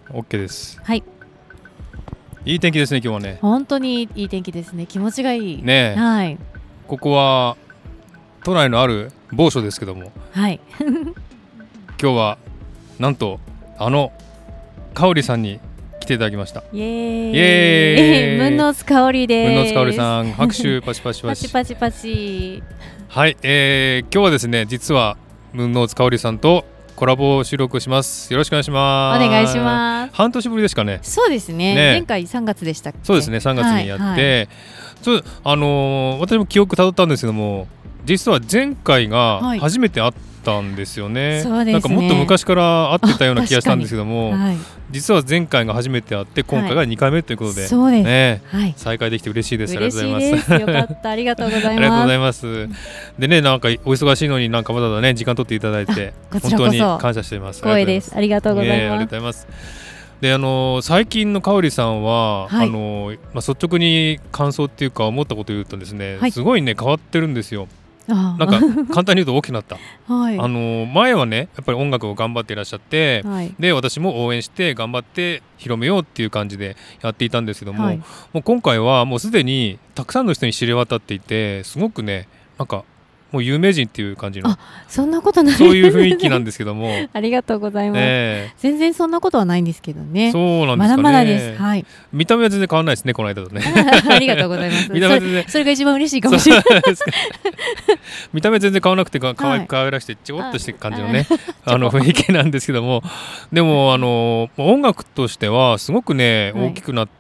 OK です。 はい。 いい天気ですね、今日はね。 本当にいい天気ですね。気持ちがいい。 ねえ。 はい。 ここは都内のある某所ですけども、 はい。 今日はなんと香織さんに来ていただきました。 イエーイ。 イエーイ。 ムンノーツ香織です。 ムンノーツ香織さん、拍手パチパチパチ。 パチパチパチ。 はい、今日はですね、実はムンノーツ香織さんとコラボ収録します。よろしくお願いします。 お願いします。 半年ぶりですかね。 そうですね。前回3月でしたっけ。 そうですね、3月にやって、私も記憶たどったんですけども、実は前回が初めて会ったんですよね。 そうですね。 なんかもっと昔から会ってたような気がしたんですけども、 はい、 実は前回が初めて会って今回が2回目ということで、 そうですね、 再会できて嬉しいです。 ありがとうございます。よかった、ありがとうございます。 ありがとうございます。でね、なんかお忙しいのになんかわざわざね時間取っていただいて本当に感謝しています。 光栄です。ありがとうございます。 ありがとうございます。で最近の香織さんは、率直に感想っていうか思ったことを言うとですね、すごいね変わってるんですよ。なんか簡単に言うと大きくなった、前はねやっぱり音楽を頑張っていらっしゃって、で私も応援して頑張って広めようっていう感じでやっていたんですけども、もう今回はもうすでにたくさんの人に知れ渡っていて、すごくねなんかもう有名人っていう感じの、 そんなことない、 そういう雰囲気なんですけどもありがとうございます、全然そんなことはないんですけどね。 そうなんですかね。 まだまだです。はい。 見た目は全然変わらないですね、この間とねありがとうございます見た目全然それが一番嬉しいかもしれない見た目全然変わらなくて可愛く可愛らしくてちょっとして感じのね雰囲気なんですけども、でも音楽としてはすごくね大きくなって、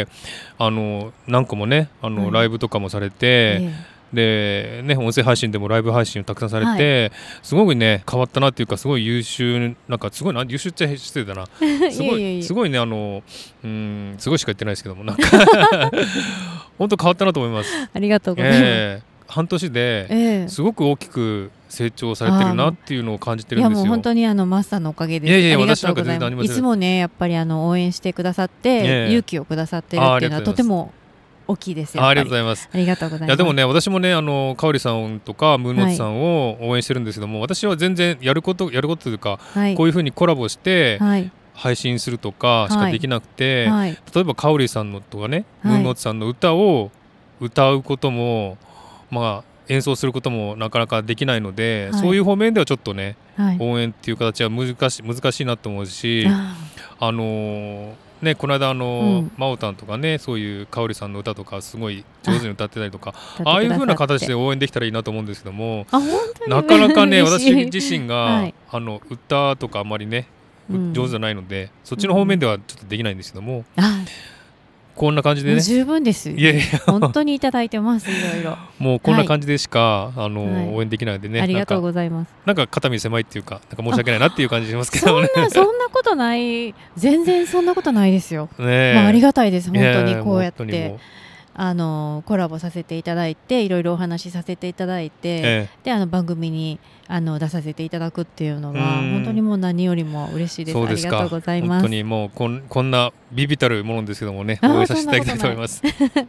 何個もねライブとかもされて、でね、音声配信でもライブ配信をたくさんされて、すごいね変わったなっていうか、すごい優秀、なんかすごい優秀っちゃ失礼だなすごいすごいねすごいしか言ってないですけども、なんか本当変わったなと思います。 ありがとうございます。 半年ですごく大きく成長されてるなっていうのを感じてるんですよ。 いやもう本当にマスターのおかげです。ありがとうございます。いつもねやっぱり応援してくださって、勇気をくださってるっていうのはとても大きいですよ。 ありがとうございます。 ありがとうございます。 いやでもね、私もね香織さんとかムーンノーツさんを応援してるんですけども、私は全然やることというか、こういうふうにコラボして、配信するとかしかできなくて、例えば香織さんのとかね、ムーンノーツさんの歌を歌うことも、演奏することもなかなかできないので、そういう方面ではちょっとね、応援っていう形は難しいなと思うし、ね、この間真央たんとかね、そういう香織さんの歌とかすごい上手に歌ってたりとか、ああいう風な形で応援できたらいいなと思うんですけども、なかなかね私自身が歌とかあんまりね上手じゃないので、そっちの方面ではちょっとできないんですけども、こんな感じでね、 十分です。いや本当にいただいてます。いろいろもうこんな感じでしか応援できないのでね、 ありがとうございます。 なんか肩身狭いっていうか、なんか申し訳ないなっていう感じしますけどね。 そんなことない、全然そんなことないですよ。ありがたいです。本当にこうやってコラボさせていただいて、いろいろお話しさせていただいて、で番組に出させていただくっていうのは本当にもう何よりも嬉しいです。ありがとうございます。 本当にもうこんなビビたるものですけどもね、応援させていただきたいと思います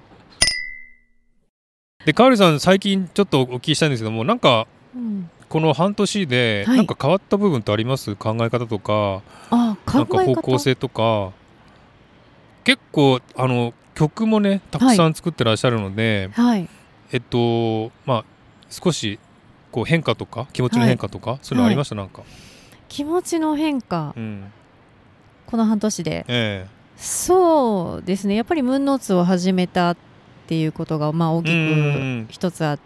で、香織さん最近ちょっとお聞きしたいんですけども、なんか、この半年でなんか変わった部分ってあります？考え方とか、なんか方向性とか。結構曲もねたくさん作ってらっしゃるので、少しこう変化とか気持ちの変化とか、そういうのありました？なんか気持ちの変化、この半年で、そうですね、やっぱりムーンノーツを始めたっていうことが大きく一つあって、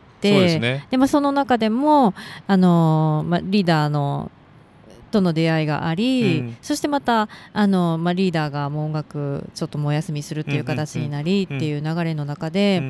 でその中でもリーダーのとの出会いがあり、そしてまたリーダーがもう音楽ちょっともうお休みするっていう形になりっていう流れの中で、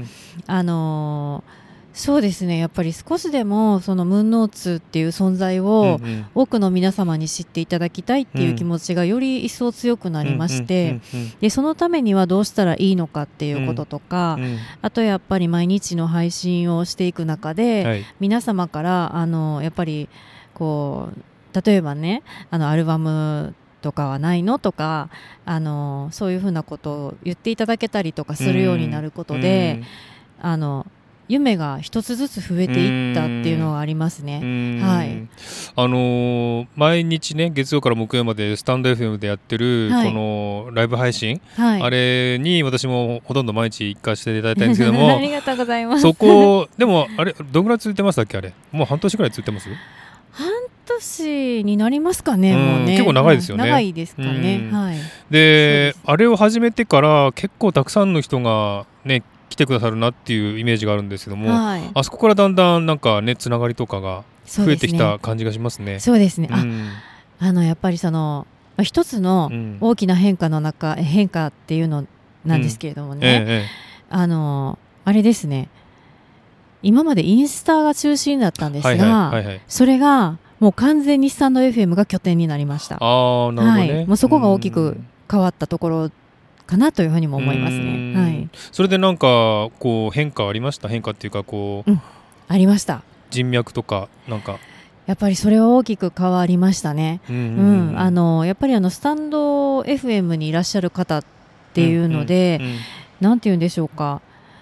そうですね、やっぱり少しでもそのムーンノーツっていう存在を多くの皆様に知っていただきたいっていう気持ちがより一層強くなりまして、でそのためにはどうしたらいいのかっていうこととか、あとやっぱり毎日の配信をしていく中で、皆様からやっぱりこう例えばねアルバムとかはないのとかそういうふうなことを言っていただけたりとかするようになることで、 夢が一つずつ増えていったっていうのがありますね。はい、 毎日ね月曜から木曜までスタンド FM でやってるこのライブ配信、はい、あれに私もほとんど毎日行かせていただいたんですけどもありがとうございます。 そこでもあれどのぐらい続いてましたっけ？あれもう半年ぐらい続いてます？ 半年になりますかね。もうね結構長いですよね。 長いですかね。はい、 であれを始めてから結構たくさんの人がね来てくださるなっていうイメージがあるんですけども、はい、あそこからだんだんなんかねつながりとかが増えてきた感じがしますね。 そうですね。やっぱりその一つの大きな変化の中、変化っていうのなんですけれどもね、あれですね、今までインスタが中心だったんですが、それがもう完全にスタンド FM が拠点になりました。 なるほどね。 はい、もうそこが大きく変わったところかなというふうにも思いますね。はい、 それでなんかこう変化ありました？変化っていうかこう、 ありました。 人脈とかなんかやっぱりそれは大きく変わりましたね。やっぱりスタンド FM にいらっしゃる方っていうので、なんて言うんでしょうか、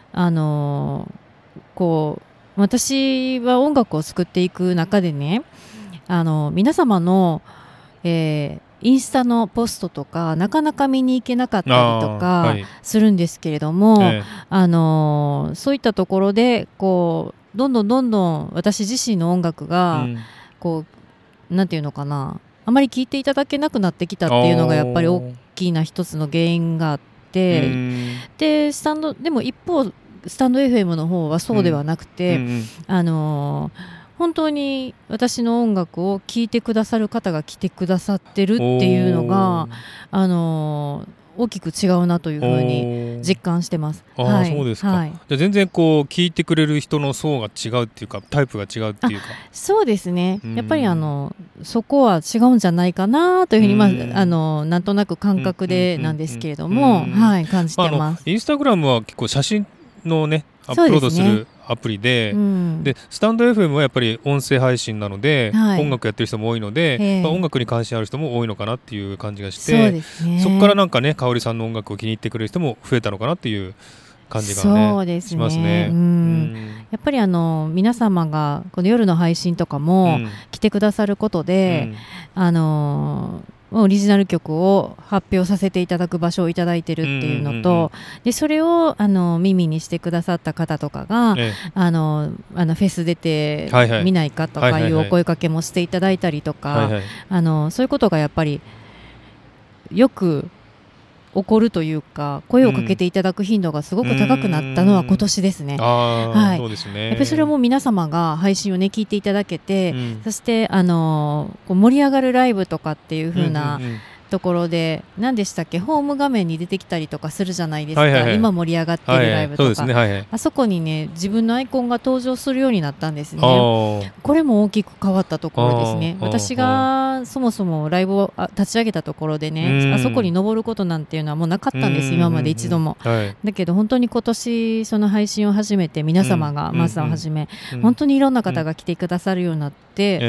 こう私は音楽を作っていく中でね、皆様の、インスタのポストとかなかなか見に行けなかったりとかするんですけれども、そういったところでこうどんどん私自身の音楽が、こうなんていうのかな、あまり聴いていただけなくなってきたっていうのがやっぱり大きな一つの原因があって、ででも一方スタンド FM の方はそうではなくて、本当に私の音楽を聴いてくださる方が来てくださってるっていうのが大きく違うなというふうに実感してます。 そうですか。じゃあ全然こう聞いてくれる人の層が違うっていうかタイプが違うっていうか。 そうですね。やっぱりそこは違うんじゃないかなというふうになんとなく感覚でなんですけれども、感じてます。 インスタグラムは結構写真のねアップロードするアプリで、でスタンド FM はやっぱり音声配信なので、音楽やってる人も多いので、音楽に関心ある人も多いのかなっていう感じがして、そこからなんかね香織さんの音楽を気に入ってくれる人も増えたのかなっていう感じがね、 そうですね、 しますね。 やっぱり皆様がこの夜の配信とかも来てくださることで、オリジナル曲を発表させていただく場所をいただいてるっていうのと、でそれを耳にしてくださった方とかが、フェス出て見ないかとかいうお声かけもしていただいたりとか、そういうことがやっぱりよく起こるというか、声をかけていただく頻度がすごく高くなったのは今年ですね。 そうですね。 やっぱりそれも皆様が配信をね聞いていただけて、そしてこう盛り上がるライブとかっていう風なところで、何でしたっけ、ホーム画面に出てきたりとかするじゃないですか、今盛り上がってるライブとか、あそこにね自分のアイコンが登場するようになったんですね。これも大きく変わったところですね。私がそもそもライブを立ち上げたところでね、あそこに登ることなんていうのはもうなかったんです、今まで一度も。だけど本当に今年その配信を始めて、皆様がまずははじめ、本当にいろんな方が来てくださるようになって、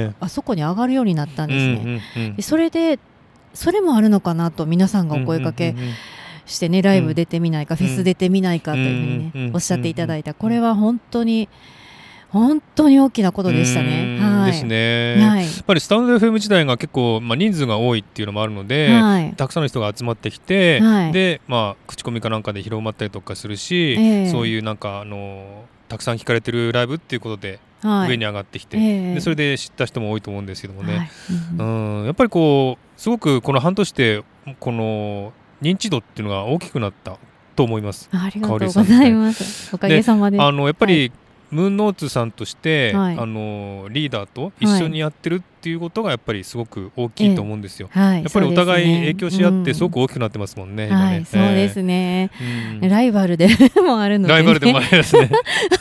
あそこに上がるようになったんですね。でそれもあるのかなと、皆さんがお声かけしてね、ライブ出てみないか、フェス出てみないかというふうにね、おっしゃっていただいた。これは本当に大きなことでしたね。 ですね。やっぱりスタンド FM 自体が結構、人数が多いっていうのもあるので、たくさんの人が集まってきて、で、口コミかなんかで広まったりとかするし、そういうなんかたくさん聞かれてるライブっていうことで上に上がってきて、でそれで知った人も多いと思うんですけどもね、やっぱりこうすごくこの半年でこの認知度っていうのが大きくなったと思います。 ありがとうございます。おかげさまで。 やっぱり、ムーンノーツさんとして、リーダーと一緒にやってるっていうことがやっぱりすごく大きいと思うんですよ。やっぱりお互い影響し合ってすごく大きくなってますもんね。今ね。 そうですね。ライバルでもあるので、 ライバルでもありますね。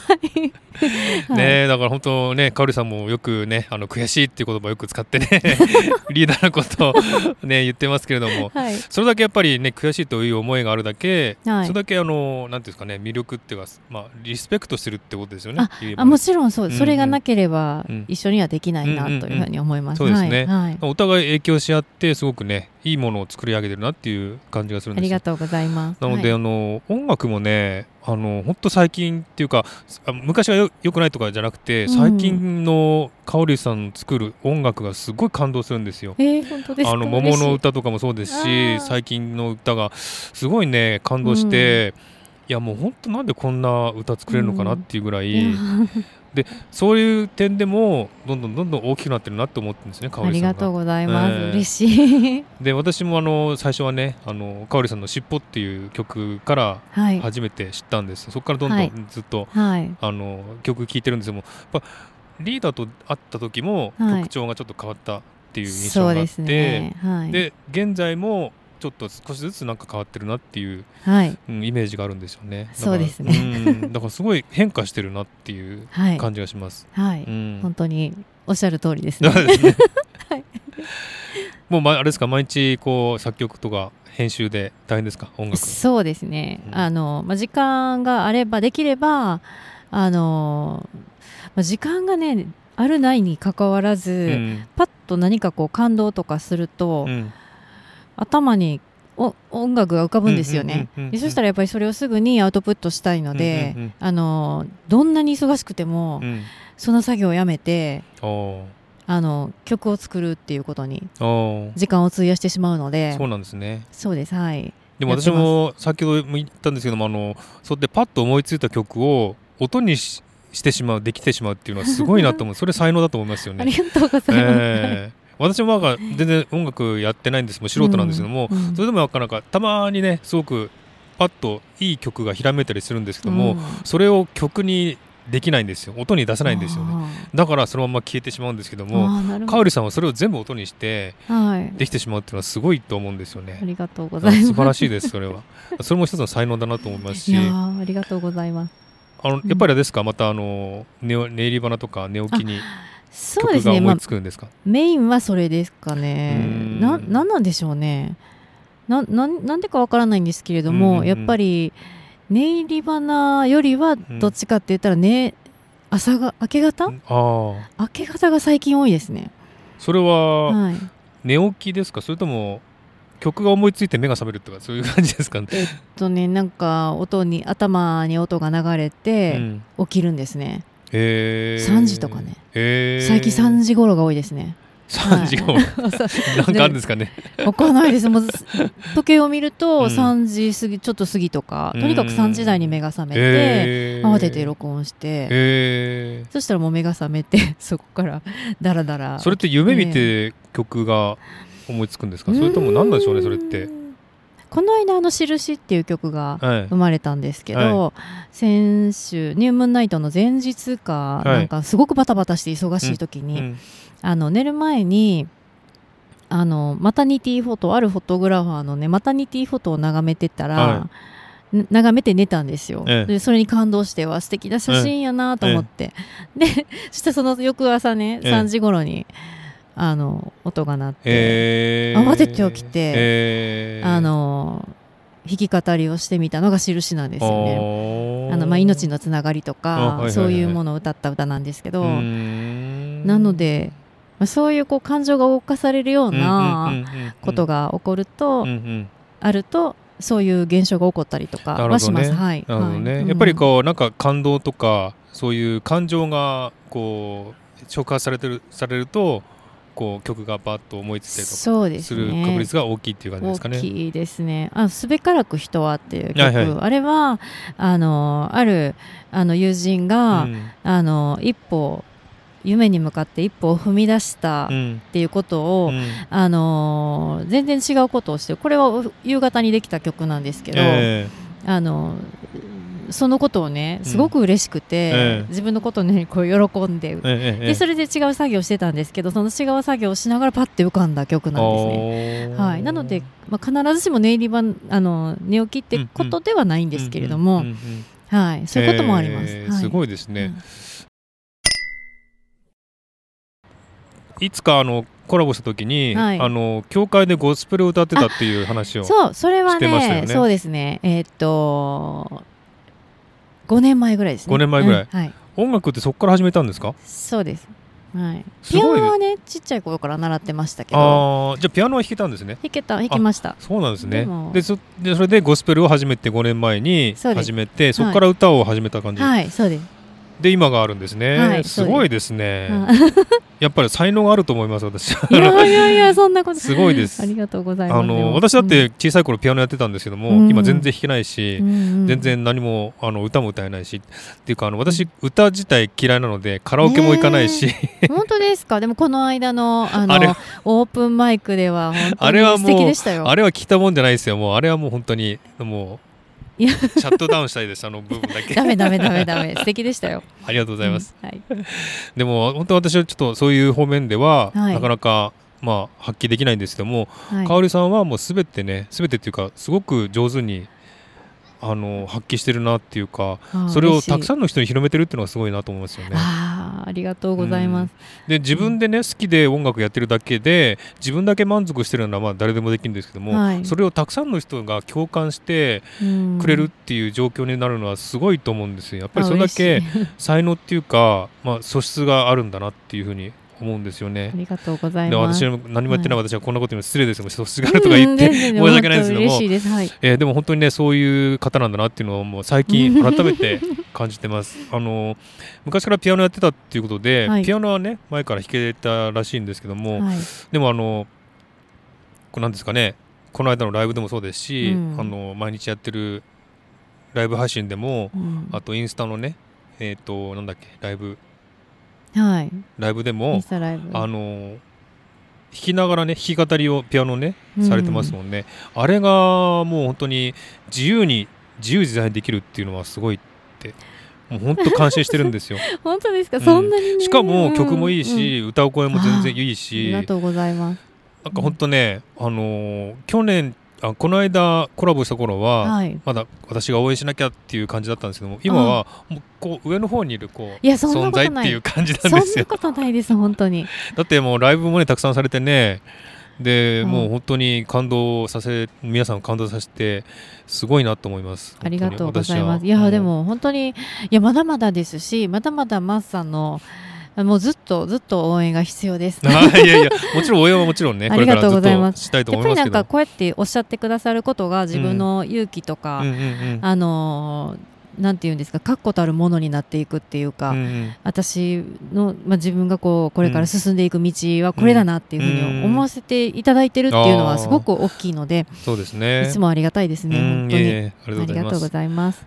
だから本当ね、かおりさんもよくね悔しいっていう言葉をよく使ってねリーダーのことをね言ってますけれども、それだけやっぱりね悔しいという思いがあるだけ、それだけなんていうんですかね、魅力っていうかリスペクトしてるってことですよね。 もちろんそう、それがなければ一緒にはできないなというふうに思います。 そうですね。お互い影響し合ってすごくねいいものを作り上げてるなっていう感じがするんですよ。 ありがとうございます。 なので、音楽もね本当最近っていうか昔が良くないとかじゃなくて、最近のかおりさんの作る音楽がすごい感動するんですよ。 本当ですか？ 桃の歌とかもそうですし、最近の歌がすごいね感動して、いやもう本当なんでこんな歌作れるのかなっていうぐらい、でそういう点でもどんどん大きくなってるなって思ってるんですね、かおりさんが。 ありがとうございます、嬉しい。 で私も最初はねかおりさんの「しっぽ」っていう曲から初めて知ったんです、そこからどんどんずっと、曲聴いてるんですけども、やっぱリーダーと会った時も曲調がちょっと変わったっていう印象があって、で現在もちょっと少しずつなんか変わってるなっていう、イメージがあるんですよね。 そうですね。 だからすごい変化してるなっていう感じがします。 本当におっしゃる通りですね。 もうあれですか、毎日こう作曲とか編集で大変ですか、音楽。 そうですね。時間があればできれば時間がねあるないにかかわらず、パッと何かこう感動とかすると、頭に音楽が浮かぶんですよね。そしたらやっぱりそれをすぐにアウトプットしたいので、どんなに忙しくても、その作業をやめて曲を作るっていうことに時間を費やしてしまうので。 そうなんですね。 そうです。 でも私も先ほども言ったんですけども、そうやってパッと思いついた曲を音にしてしまう、できてしまうっていうのはすごいなと思う。それ才能だと思いますよね。 ありがとうございます。 私も全然音楽やってないんです、もう素人なんですけども、それでもなかなかたまにねすごくパッといい曲がひらめいたりするんですけども、それを曲にできないんですよ、音に出せないんですよね。だからそのまま消えてしまうんですけども、かおりさんはそれを全部音にしてできてしまうっていうのはすごいと思うんですよね。 ありがとうございます。 素晴らしいです。それはそれも一つの才能だなと思いますし、 ありがとうございます。 やっぱりあれですか、また寝入り花とか寝起きに曲が思いつくんですか？ メインはそれですかね。なんでしょうね。なんでかわからないんですけれども、やっぱり寝入り花よりはどっちかって言ったら明け方が最近多いですね。 それは寝起きですか、それとも曲が思いついて目が覚めるとかそういう感じですかね。 なんか頭に音が流れて起きるんですね。3時とかね。最近3時頃が多いですね。 3時頃なんかあるんですかね。 わかんないです。もう時計を見ると3時過ぎちょっと過ぎとか、とにかく3時台に目が覚めて慌てて録音して、そしたらもう目が覚めてそこからダラダラ。 それって夢見て曲が思いつくんですか、それとも何なんでしょうね、それって。 この間印っていう曲が生まれたんですけど、先週ニュームーンナイトの前日かなんかすごくバタバタして忙しい時に、寝る前にマタニティフォト、あるフォトグラファーのねマタニティフォトを眺めてたら、眺めて寝たんですよ。でそれに感動しては素敵な写真やなと思って、でそしたらその翌朝ね3時頃に音が鳴って、慌てて起きて、弾き語りをしてみたのが印なんですよね。命のつながりとか、そういうものを歌った歌なんですけど、なので、そういう感情が動かされるようなことが起こると、あるとそういう現象が起こったりとかはします。やっぱりなんか感動とかそういう感情が触発されると曲がバッと思いついたりとかする確率が大きいっていう感じですかね。 大きいですね。すべからく人はっていう曲、あれはある友人が、一歩夢に向かって一歩を踏み出したっていうことを、全然違うことをして、これは夕方にできた曲なんですけど、そのことをねすごく嬉しくて、自分のことをね喜んで、でそれで違う作業をしてたんですけど、その違う作業をしながらパッて浮かんだ曲なんですね。なので、必ずしも寝起きってことではないんですけれども、そういうこともあります。 すごいですね。いつかコラボした時に、教会でゴスペルを歌ってたっていう話をそれはね、そうですね、5年前ぐらいですね。 5年前ぐらい、音楽ってそこから始めたんですか？ そうです。 はい、ピアノはねちっちゃい頃から習ってましたけど。 じゃあピアノは弾けたんですね。 弾きました。 そうなんですね。でそれでゴスペルを始めて5年前に始めて、そこから歌を始めた感じ。 はい、そうです。 で今があるんですね、はい、すごいですね、やっぱり才能があると思います私。 いやそんなことすごいです。 ありがとうございます。 私だって小さい頃ピアノやってたんですけども、今全然弾けないし、全然何も歌も歌えないしっていうか私歌自体嫌いなのでカラオケも行かないし。 本当ですか。でもこの間のオープンマイクでは本当に素敵でしたよ。 あれは聞いたもんじゃないですよ。もうあれはもう本当にもうシャットダウンしたいです、部分だけ。 ダメ素敵でしたよ。 ありがとうございます、はい、でも本当私はちょっとそういう方面では、なかなか発揮できないんですけども、かおりさんはもう全てっていうかすごく上手に発揮してるなっていうか、それをたくさんの人に広めてるっていうのがすごいなと思いますよね。 ありがとうございます。 で自分でね好きで音楽やってるだけで自分だけ満足してるのは誰でもできるんですけども、それをたくさんの人が共感してくれるっていう状況になるのはすごいと思うんですよ。やっぱりそれだけ才能っていうか素質があるんだなっていうふうに思うんですよね。 ありがとうございます。 で私何もやってない私はこんなこと言うの失礼ですよ。素質があるとか言って申し訳ないですけども、でも本当にねそういう方なんだなっていうのをもう最近改めて感じてます。昔からピアノやってたっていうことで、ピアノはね前から弾けたらしいんですけども、でもなんですかね、この間のライブでもそうですし、毎日やってるライブ配信でも、あとインスタのねなんだっけライブでも弾きながらね弾き語りをピアノねされてますもんね。あれがもう本当に自由自在にできるっていうのはすごいってもう本当感心してるんですよ。 本当ですか。そんなにね。 しかも曲もいいし、歌う声も全然いいし、 ありがとうございます。 なんか本当ね、去年この間コラボした頃は、まだ私が応援しなきゃっていう感じだったんですけども、今はもうこう上の方にいる存在っていう感じなんですよ。 そんなことないです本当に。 だってもうライブもねたくさんされてね、でもう本当に皆さんを感動させてすごいなと思います。 ありがとうございます。いやでも本当にまだまだですし、まだまだマスさんのもうずっと応援が必要です。 いやもちろん応援はもちろんねこれからずっとしたいと思いますけど、やっぱりなんかこうやっておっしゃってくださることが自分の勇気とかなんていうんですか、確固たるものになっていくっていうか、私の、自分がこれから進んでいく道はこれだなっていうふうに思わせていただいてるっていうのはすごく大きいので、 そうですね、 いつもありがたいですね。本当にありがとうございます。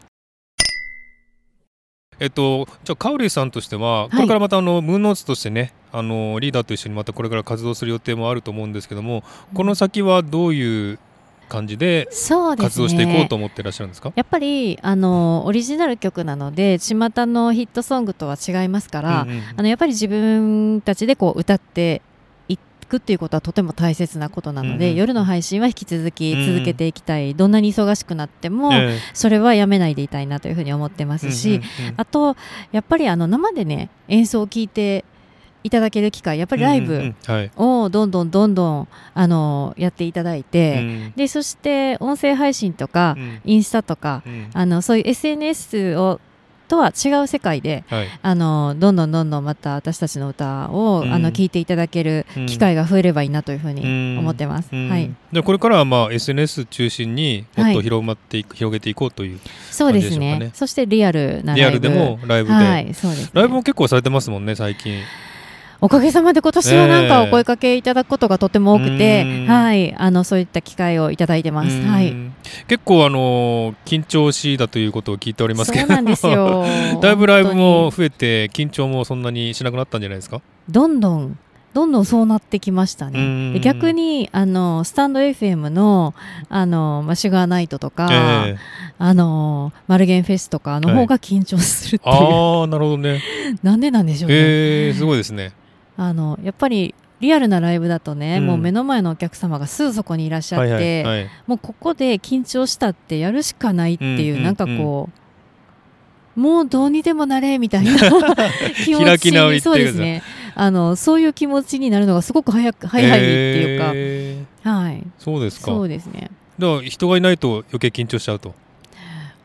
じゃあカオリーさんとしてはこれからまたムーンノーツとしてねリーダーと一緒にまたこれから活動する予定もあると思うんですけども、この先はどういう感じで活動していこうと思っていらっしゃるんですか。 やっぱりオリジナル曲なので巷のヒットソングとは違いますから、やっぱり自分たちで歌っていくっていうことはとても大切なことなので、夜の配信は引き続き続けていきたい、どんなに忙しくなってもそれはやめないでいたいなというふうに思ってますし、あとやっぱり生でね演奏を聴いていただける機会、やっぱりライブをどんどんやっていただいて、でそして音声配信とかインスタとかそういう SNS とは違う世界で、どんどんまた私たちの歌を聴いていただける機会が増えればいいなというふうに思ってます。 でこれからはSNS 中心にもっと広げていこうという感じでしょうかね。 そうですね。そしてリアルなライブ、 リアルでもライブで、 そうですね、 ライブも結構されてますもんね最近。 おかげさまで今年はなんかお声かけいただくことがとても多くて、そういった機会をいただいてます。 結構緊張しいだということを聞いておりますけど、 そうなんですよだいぶライブも増えて緊張もそんなにしなくなったんじゃないですか。 どんどんそうなってきましたね。で逆にスタンド FM のシュガーナイトとか、マルゲンフェスとかの方が緊張するっていう、 なるほどね。 なんでなんでしょうね。 すごいですね。 やっぱりリアルなライブだとね、もう目の前のお客様がすぐそこにいらっしゃって、もうここで緊張したってやるしかないっていう、なんかもうどうにでもなれみたいな気持ちに、そうですね、そういう気持ちになるのがすごく早いっていうか、 そうですか。 そうですね。 だから人がいないと余計緊張しちゃうと。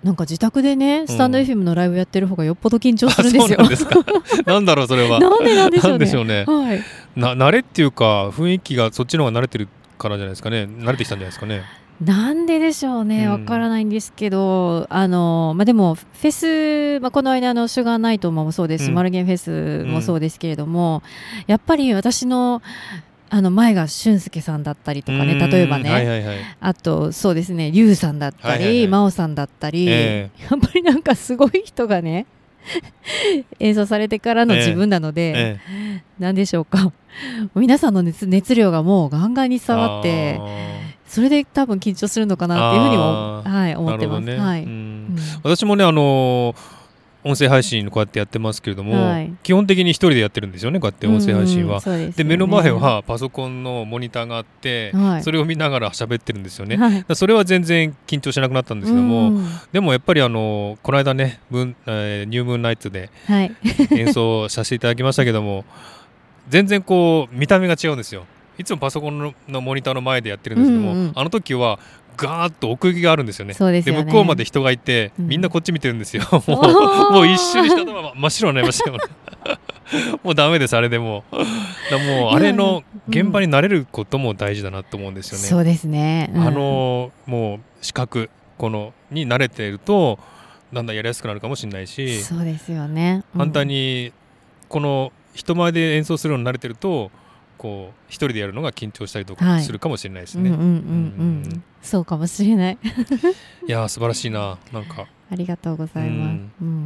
なんか自宅でねスタンド FM のライブやってる方がよっぽど緊張するんですよ。 そうなんですか。なんだろうそれは。 なんでなんでしょうね。 なんでしょうね。 はい。 慣れっていうか雰囲気がそっちの方が慣れてるからじゃないですかね。慣れてきたんじゃないですかね。 なんででしょうね、わからないんですけど、でもフェス、この間シュガーナイトもそうですし、マルゲンフェスもそうですけれども、やっぱり私の前が俊介さんだったりとかね、例えばね、あとそうですね、リュウさんだったり、真央さんだったり、やっぱりなんかすごい人がね演奏されてからの自分なので、なんでしょうか、皆さんの熱量がもうガンガンに伝わって、それで多分緊張するのかなっていうふうにも、思ってます。 私もね音声配信こうやってやってますけれども、基本的に一人でやってるんですよね、こうやって音声配信は。で目の前はパソコンのモニターがあって、それを見ながら喋ってるんですよね。それは全然緊張しなくなったんですけども、でもやっぱりこの間ねニュームーンナイツで演奏させていただきましたけども、全然こう見た目が違うんですよ。いつもパソコンのモニターの前でやってるんですけども、あの時はガーッと奥行きがあるんですよね。で向こうまで人がいて、みんなこっち見てるんですよ。もう一瞬にした頭真っ白になりましたよね。もうダメです、あれでもうあれの現場に慣れることも大事だなと思うんですよね。 そうですね。 もう視覚に慣れているとだんだんやりやすくなるかもしれないし、 そうですよね。 反対にこの人前で演奏するのに慣れてると一人でやるのが緊張したりとかするかもしれないですね。 そうかもしれない。 いや素晴らしいな。なんかありがとうございます。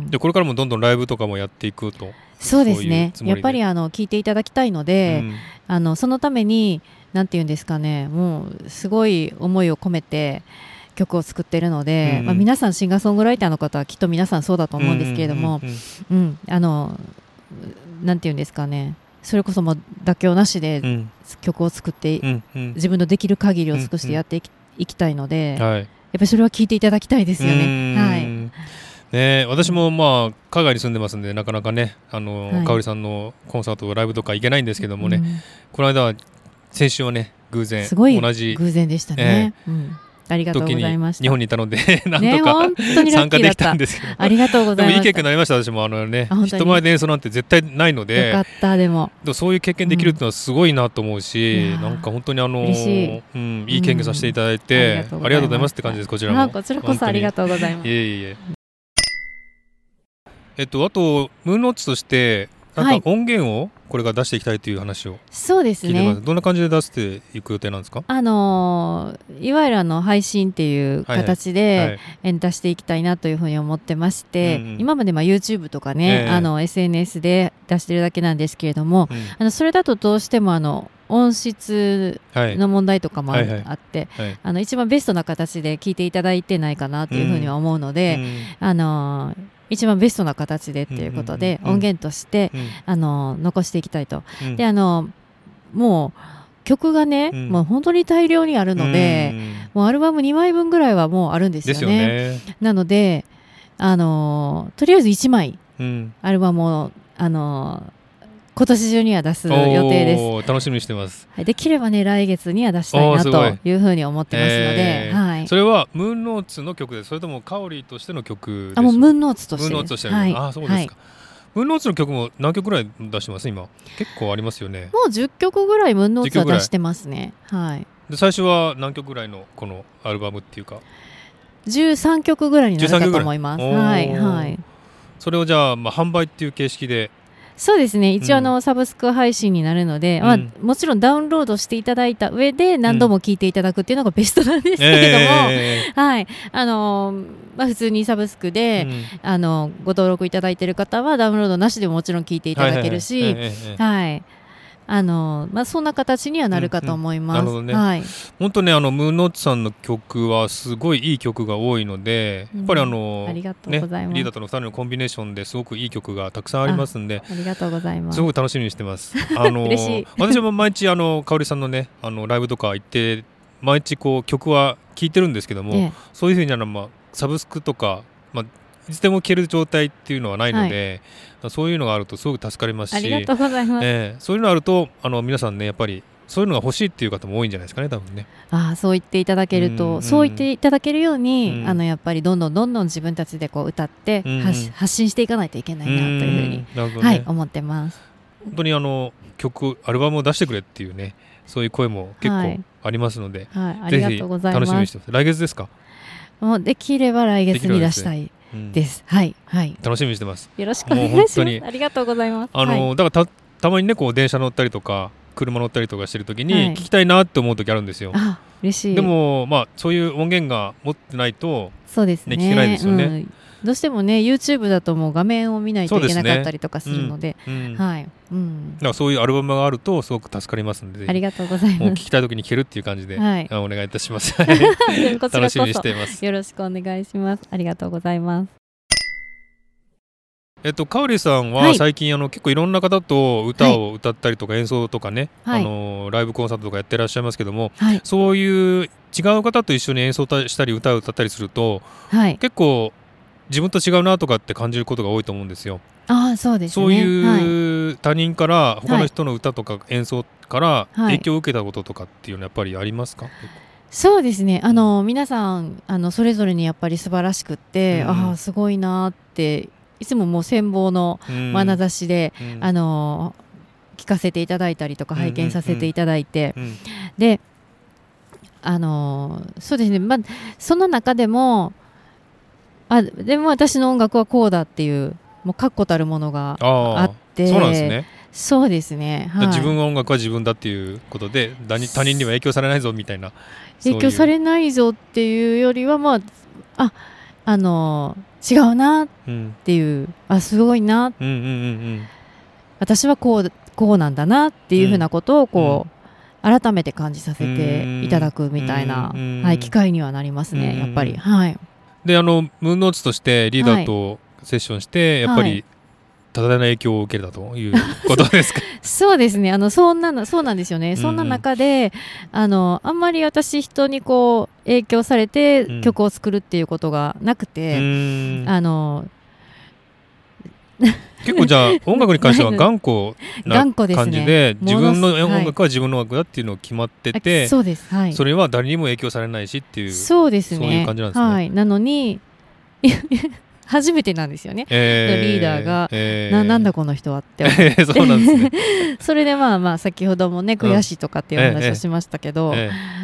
でこれからもどんどんライブとかもやっていくと。 そうですね。やっぱり聞いていただきたいので、そのためになんていうんですかね、もうすごい思いを込めて曲を作っているので、皆さんシンガーソングライターの方はきっと皆さんそうだと思うんですけれども、なんていうんですかね、それこそもう妥協なしで曲を作って、自分のできる限りを尽くしてやっていきたいので、やっぱりそれは聞いていただきたいですよね。 私も海外に住んでますんでなかなかね香織さんのコンサートライブとか行けないんですけどもね、この間は先週はね偶然すごい偶然でしたね。ありがとうございました。 日本にいたのでなんとか参加できたんですけど、 ありがとうございます。 でもいい経験になりました。私も人前で演奏なんて絶対ないので、 よかった。でもそういう経験できるっていうのはすごいなと思うし、なんか本当にいい経験させていただいて、ありがとうございますって感じです。こちらもこちらこそありがとうございます。 あとムーンノーツとしてなんか音源をこれから出していきたいという話をそうですね。 どんな感じで出していく予定なんですか？ いわゆる配信っていう形で出していきたいなというふうに思ってまして、今までYouTube とかね、SNS で出してるだけなんですけれども、それだとどうしても音質の問題とかもあって、一番ベストな形で聞いていただいてないかなというふうには思うので、一番ベストな形でっていうことで音源として残していきたいと。でもう曲がね、もう本当に大量にあるので、もうアルバム2枚分ぐらいはもうあるんですよね。なのでとりあえず1枚アルバムを今年中には出す予定です。 楽しみにしてます。 できればね来月には出したいなというふうに思ってますので、 それはムーンノーツの曲です。それともカオリとしての曲ですか？ もうムーンノーツとして。 そうですか。ムーンノーツの曲も何曲ぐらい出してます？今結構ありますよね。 もう10曲ぐらいムーンノーツは出してますね。 で最初は何曲ぐらいのこのアルバムっていうか 13曲ぐらいになるかと思います。 それをじゃあ販売っていう形式で。 そうですね。一応サブスク配信になるので、もちろんダウンロードしていただいた上で何度も聴いていただくっていうのがベストなんですけれども、普通にサブスクで、ご登録いただいている方はダウンロードなしでももちろん聴いていただけるし、そんな形にはなるかと思います。なるほどね。 本当ねムーンノーツさんの曲はすごいいい曲が多いので、やっぱりありがとうございます。 リーダーとの2人のコンビネーションですごくいい曲がたくさんありますんで、 ありがとうございます。 すごく楽しみにしてます。 嬉しい。 私も毎日香織さんのねライブとか行って毎日曲は聴いてるんですけども、そういうふうにサブスクとかいつでも聴ける状態っていうのはないので、そういうのがあるとすごく助かりますし、 ありがとうございます。 そういうのがあると皆さんねやっぱりそういうのが欲しいっていう方も多いんじゃないですかね、多分ね。 そう言っていただけると、そう言っていただけるように、やっぱりどんどん自分たちでこう歌って、発信していかないといけないなというふうに、はい、思ってます。 本当に曲アルバムを出してくれっていうね、そういう声も結構ありますので、ぜひ楽しみにしてます。来月ですか？ もうできれば来月に出したいです。はいはい。 楽しみにしてます。 よろしくお願いします。ありがとうございます。 だからたまにね、こう電車乗ったりとか車乗ったりとかしてる時に聞きたいなって思う時あるんですよ。 嬉しい。 でもそういう音源が持ってないとそうですね、 聞けないですよね。 どうしてもね YouTube だともう画面を見ないといけなかったりとかするので、はい、だからそういうアルバムがあるとすごく助かりますので、 ありがとうございます。 もう聞きたい時に聞けるっていう感じで、お願いいたします。楽しみにしています。 よろしくお願いします。ありがとうございます。 かおりさんは最近結構いろんな方と歌を歌ったりとか演奏とかね、ライブコンサートとかやってらっしゃいますけども、そういう違う方と一緒に演奏したり歌を歌ったりすると、結構自分と違うなとかって感じることが多いと思うんですよ。 そうですね。 そういう他人から他の人の歌とか演奏から影響を受けたこととかっていうのはやっぱりありますか？ そうですね、皆さんそれぞれにやっぱり素晴らしくって、すごいなっていつももう羨望の眼差しで、聞かせていただいたりとか拝見させていただいて、でそうですね、その中でもでも私の音楽はこうだっていうもう確固たるものがあって。 そうなんですね。 そうですね、 自分の音楽は自分だっていうことで他人には影響されないぞみたいな。 影響されないぞっていうよりは違うなっていう、すごいな、私はこうなんだなっていうふうなことをこう、改めて感じさせていただくみたいな、機会にはなりますね、やっぱり。 でムーンノーツとしてリーダーとセッションしてやっぱり多大な影響を受けたということですか？ そうですね、そうなんですよね。そんな中であんまり私人にこう影響されて曲を作るっていうことがなくて、 結構じゃあ音楽に関しては頑固な感じで、自分の音楽は自分の音楽だっていうのを決まってて、 そうです、 それは誰にも影響されないしっていう、 そうですね、 そういう感じなんですね。 なのに初めてなんですよね、リーダーが、なんだこの人はって思ってそうなんですね。 それで先ほどもね悔しいとかっていう話をしましたけど、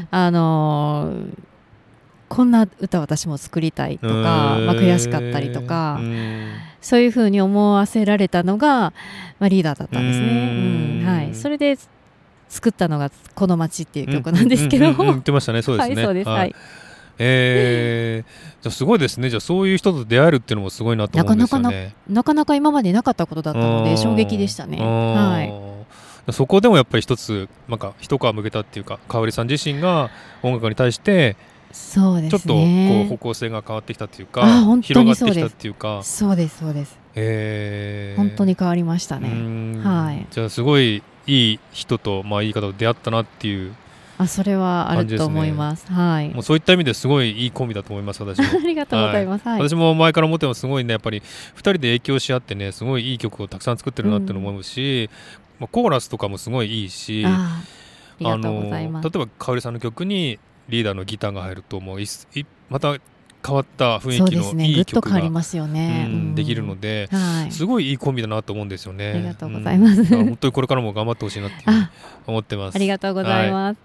こんな歌私も作りたいとか、悔しかったりとか、そういう風に思わせられたのが、リーダーだったんですね。それで作ったのが「この街」っていう曲なんですけど、 言ってましたね。そうですね。 そうです。 じゃあすごいですね。じゃあそういう人と出会えるっていうのもすごいなと思うんですよね。 なかなか今までなかったことだったので衝撃でしたね。 そこでもやっぱり一つ一皮むけたっていうか、かおりさん自身が音楽に対してそうですね、 ちょっとこう方向性が変わってきたっていうか、広がってきたっていうか。 そうです。本当に変わりましたね。 じゃあすごいいい人といい方と出会ったなっていう。 それはあると思います。 もうそういった意味ですごいいいコンビだと思います、私も。 ありがとうございます。 私も前から思ってもすごいね、やっぱり2人で影響し合ってね、すごいいい曲をたくさん作ってるなって思うし、コーラスとかもすごいいいし、 ありがとうございます。 例えばかおりさんの曲にリーダーのギターが入るともうまた変わった雰囲気のいい曲ができるので、すごいいいコンビだなと思うんですよね。 ありがとうございます。 本当にこれからも頑張ってほしいなって思ってます。 ありがとうございます。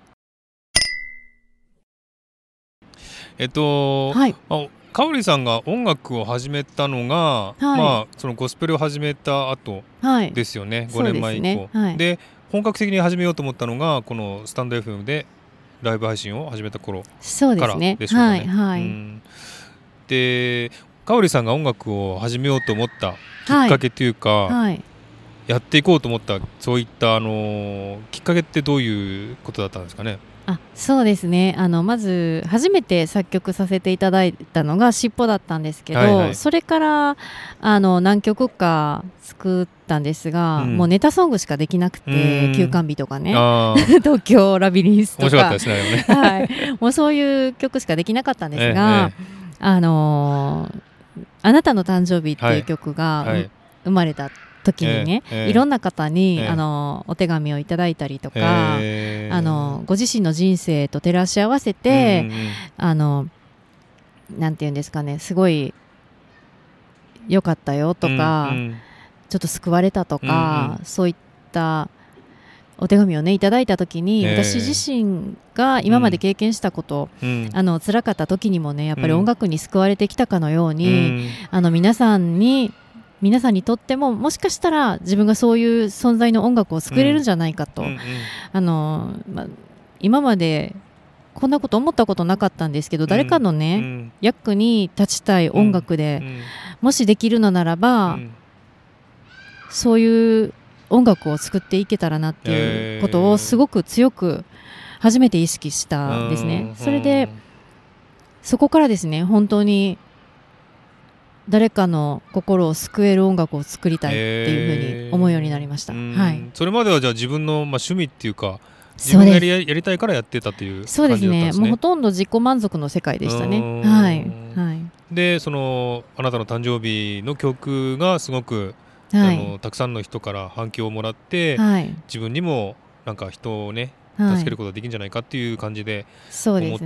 かおりさんが音楽を始めたのが、そのゴスペルを始めた後ですよね、5年前以降で本格的に始めようと思ったのがこのスタンド FM でライブ配信を始めた頃からでしょうかね。でかおりさんが音楽を始めようと思ったきっかけというか、やっていこうと思ったそういったきっかけってどういうことだったんですかね？ そうですね、まず初めて作曲させていただいたのがしっぽだったんですけど、それから何曲か作ったんですが、もうネタソングしかできなくて、休館日とかね東京ラビリンスとか面白かったですね。 もうそういう曲しかできなかったんですが、あなたの誕生日っていう曲が生まれた時にね、いろんな方に、お手紙をいただいたりとか、ご自身の人生と照らし合わせて、なんていうんですかね、すごい良かったよとか、ちょっと救われたとか、そういったお手紙をねいただいた時に、私自身が今まで経験したこと、辛かった時にもねやっぱり音楽に救われてきたかのように、皆さんにとってももしかしたら自分がそういう存在の音楽を作れるんじゃないかと、今までこんなこと思ったことなかったんですけど、誰かのね、役に立ちたい音楽で、もしできるのならば、そういう音楽を作っていけたらなっていうことをすごく強く初めて意識したんですね。それでそこからですね、本当に誰かの心を救える音楽を作りたいっていうふうに思うようになりました。 それまではじゃあ自分の趣味っていうか、自分がやりたいからやってたっていう感じだったんですね。 そうですね。もうほとんど自己満足の世界でしたね。 で、そのあなたの誕生日の曲がすごくたくさんの人から反響をもらって、自分にもなんか人をね助けることができるんじゃないかっていう感じで思って、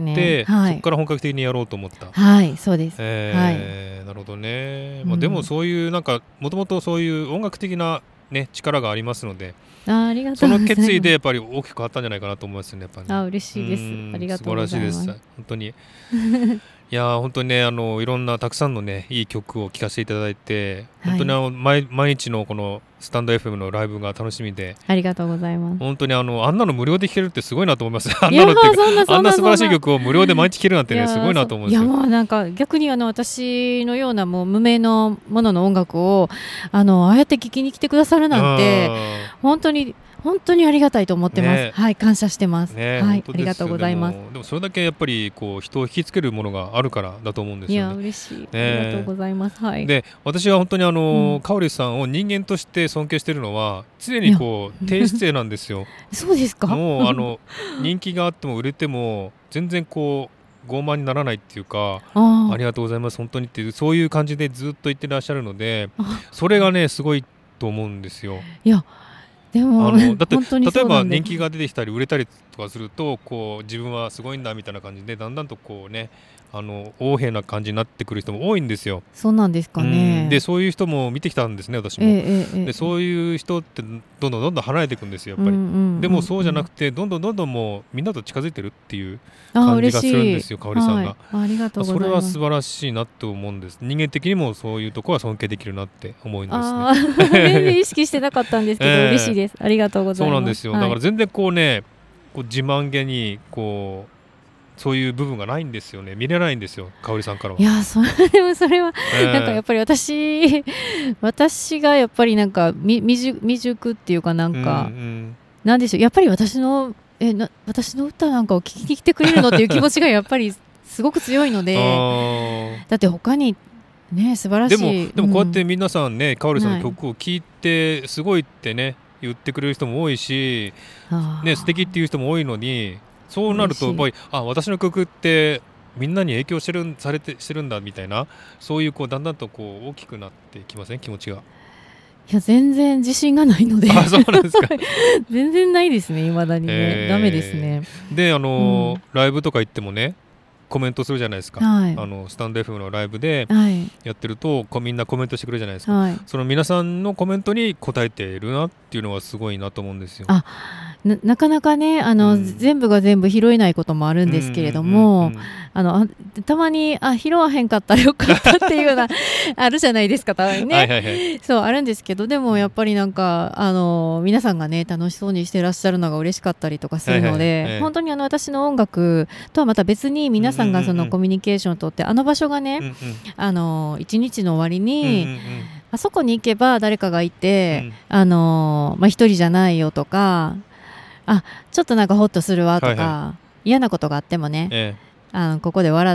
そこから本格的にやろうと思った。 そうです。 なるほどね。でもそういうなんかもともとそういう音楽的なね力がありますので、その決意でやっぱり大きく変わったんじゃないかなと思いますね。やっぱり嬉しいです。ありがとうございます。 素晴らしいです。本当にいや本当にね、いろんなたくさんのねいい曲を聴かせていただいて、本当に毎日のこのスタンド FM のライブが楽しみで、 ありがとうございます。 本当にあんなの無料で聴けるってすごいなと思います。あんな素晴らしい曲を無料で毎日聴けるなんてね、すごいなと思うんですよ。 いやもうなんか逆に私のようなもう無名のものの音楽をああやって聴きに来てくださるなんて本当にありがたいと思ってます。感謝してます。ありがとうございます。 でもそれだけやっぱりこう人を引きつけるものがあるからだと思うんですよね。 いや嬉しい。ありがとうございます。 で、私は本当にかおりさんを人間として尊敬しているのは常にこう低姿勢なんですよ。 そうですか。 もう人気があっても売れても全然こう傲慢にならないっていうか、ありがとうございます本当にっていう、そういう感じでずっと言ってらっしゃるので、それがねすごいと思うんですよ。 いやでもだって例えば人気が出てきたり売れたりとかすると、こう自分はすごいんだみたいな感じでだんだんとこうね横柄な感じになってくる人も多いんですよ。 そうなんですかね。 でそういう人も見てきたんですね、私も。でそういう人ってどんどん離れていくんですよやっぱり。でもそうじゃなくてどんどんもうみんなと近づいてるっていう感じがするんですよ、かおりさんが。 ありがとうございます。 それは素晴らしいなと思うんです。人間的にもそういうところは尊敬できるなって思うんですね。 全然意識してなかったんですけど、嬉しいです。ありがとうございます。 そうなんですよ。だから全然こうね、自慢げにこうそういう部分がないんですよね。見れないんですよ、かおりさんからは。 いやでもそれは、なんかやっぱり私がやっぱりなんか未熟っていうかなんか、なんでしょう、やっぱり私の歌なんかを聴きに来てくれるのっていう気持ちがやっぱりすごく強いのでだって他にね素晴らしい。 でもこうやって皆さんね、かおりさんの曲を聴いてすごいってね言ってくれる人も多いし、素敵っていう人も多いのに、そうなるとやっぱり私の曲ってみんなに影響してるんだみたいな、そういうだんだんと大きくなってきません、気持ちが。 いや全然自信がないので。 そうなんですか。 全然ないですね、未だにね。ダメですね。 でライブとか行ってもねコメントするじゃないですか。スタンド FM のライブでやってるとみんなコメントしてくれるじゃないですか。その皆さんのコメントに答えているなっていうのはすごいなと思うんですよ。 なかなかね全部が全部拾えないこともあるんですけれども、たまに拾わへんかったらよかったっていうようなあるじゃないですか、たまにね。そうあるんですけど、でもやっぱりなんか皆さんがね楽しそうにしてらっしゃるのが嬉しかったりとかするので、本当に私の音楽とはまた別に皆さんがそのコミュニケーションをとって場所がね一日の終わりにあそこに行けば誰かがいて一人じゃないよとか、ちょっとなんかホッとするわとか、嫌なことがあってもね、ここで笑って、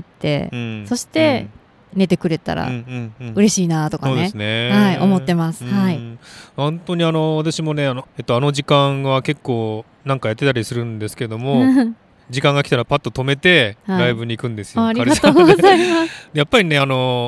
そして寝てくれたら嬉しいなとかね、思ってます。 本当に私もね時間は結構なんかやってたりするんですけども時間が来たらパッと止めてライブに行くんですよ。 ありがとうございます。 やっぱりね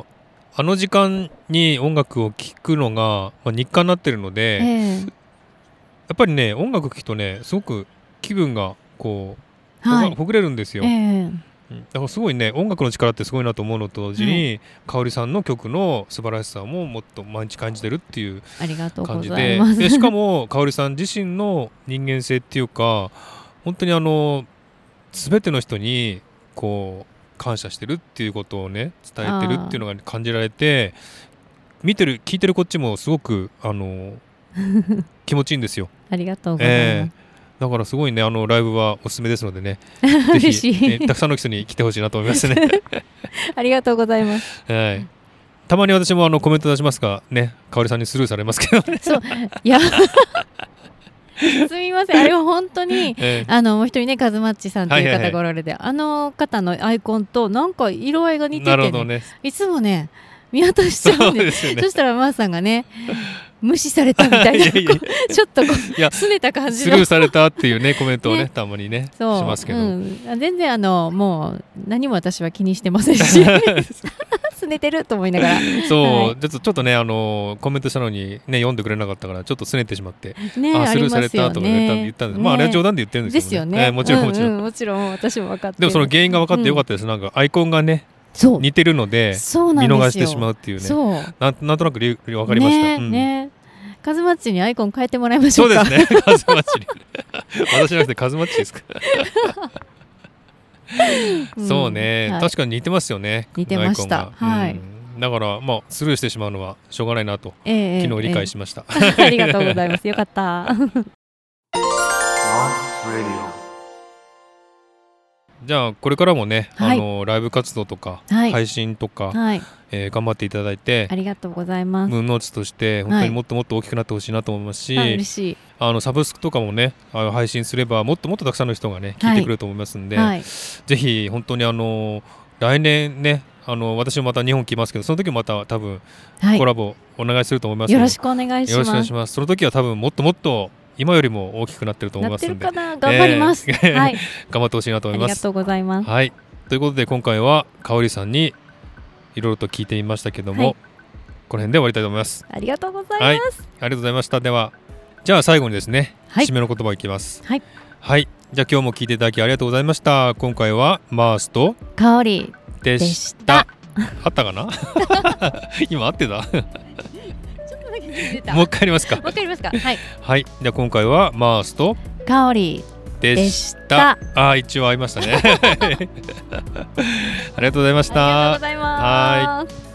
あの時間に音楽を聴くのが、日課になってるので、やっぱりね音楽聴くとねすごく気分がこう、ほぐれるんですよ。だからすごいね音楽の力ってすごいなと思うのと同時に、香織さんの曲の素晴らしさももっと毎日感じてるっていう感じで、しかも香織さん自身の人間性っていうか本当に全ての人にこう感謝してるっていうことをね伝えてるっていうのが感じられて、聞いてるこっちもすごく気持ちいいんですよ。 ありがとうございます。 だからすごいねライブはおすすめですのでねぜひ、たくさんの人に来てほしいなと思いますねありがとうございます。 たまに私もコメント出しますがね、香織さんにスルーされますけどね。 そういやすみません、あれは本当に、もう一人ねカズマッチさんという方がおられて、あの方のアイコンとなんか色合いが似てて、 なるほどね、 いつもね見落としちゃうんで、そしたらマーさんがね無視されたみたいなちょっとすねた感じのスルーされたっていうねコメントをねたまにねしますけど、 全然もう何も私は気にしてませんしすねてると思いながらそう、ちょっとねコメントしたのにね読んでくれなかったからちょっとすねてしまってスルーされたとか言ったんで、あれは冗談で言ってるんですけどね。もちろん私も分かって、 でもその原因が分かってよかったです。なんかアイコンがね似てるので見逃してしまうっていうね、なんとなく分かりました。 カズマッチにアイコン変えてもらいましょうか。 そうですね、カズマッチに私じゃなくてカズマッチですかそうね、確かに似てますよね。 似てました。 だからスルーしてしまうのはしょうがないなと、昨日理解しました。 ありがとうございます。よかったじゃあこれからもね、ライブ活動とか、配信とか、頑張っていただいて、 ありがとうございます。 ムーンノーツとして本当にもっともっと大きくなってほしいなと思いますし、 嬉しい。 サブスクとかもね配信すればもっともっとたくさんの人がね聞いてくれると思いますんで、ぜひ本当に来年ね私もまた日本来ますけど、その時もまた多分コラボお願いすると思いますので、 よろしくお願いします。 よろしくお願いします。その時は多分もっともっと今よりも大きくなってると思いますので、 頑張ります。頑張ってほしいなと思います。 ありがとうございます。 ということで今回は香織さんにいろいろと聞いてみましたけども、この辺で終わりたいと思います。 ありがとうございます。 ありがとうございました。ではじゃあ最後にですね、締めの言葉いきます。じゃあ今日も聞いていただきありがとうございました。今回はマースと香織でした。あったかな今合ってたもう一回やりますか。 わかりますか。 はい。じゃあ今回はマースと香織でした。一応合いましたね。ありがとうございました。 ありがとうございます。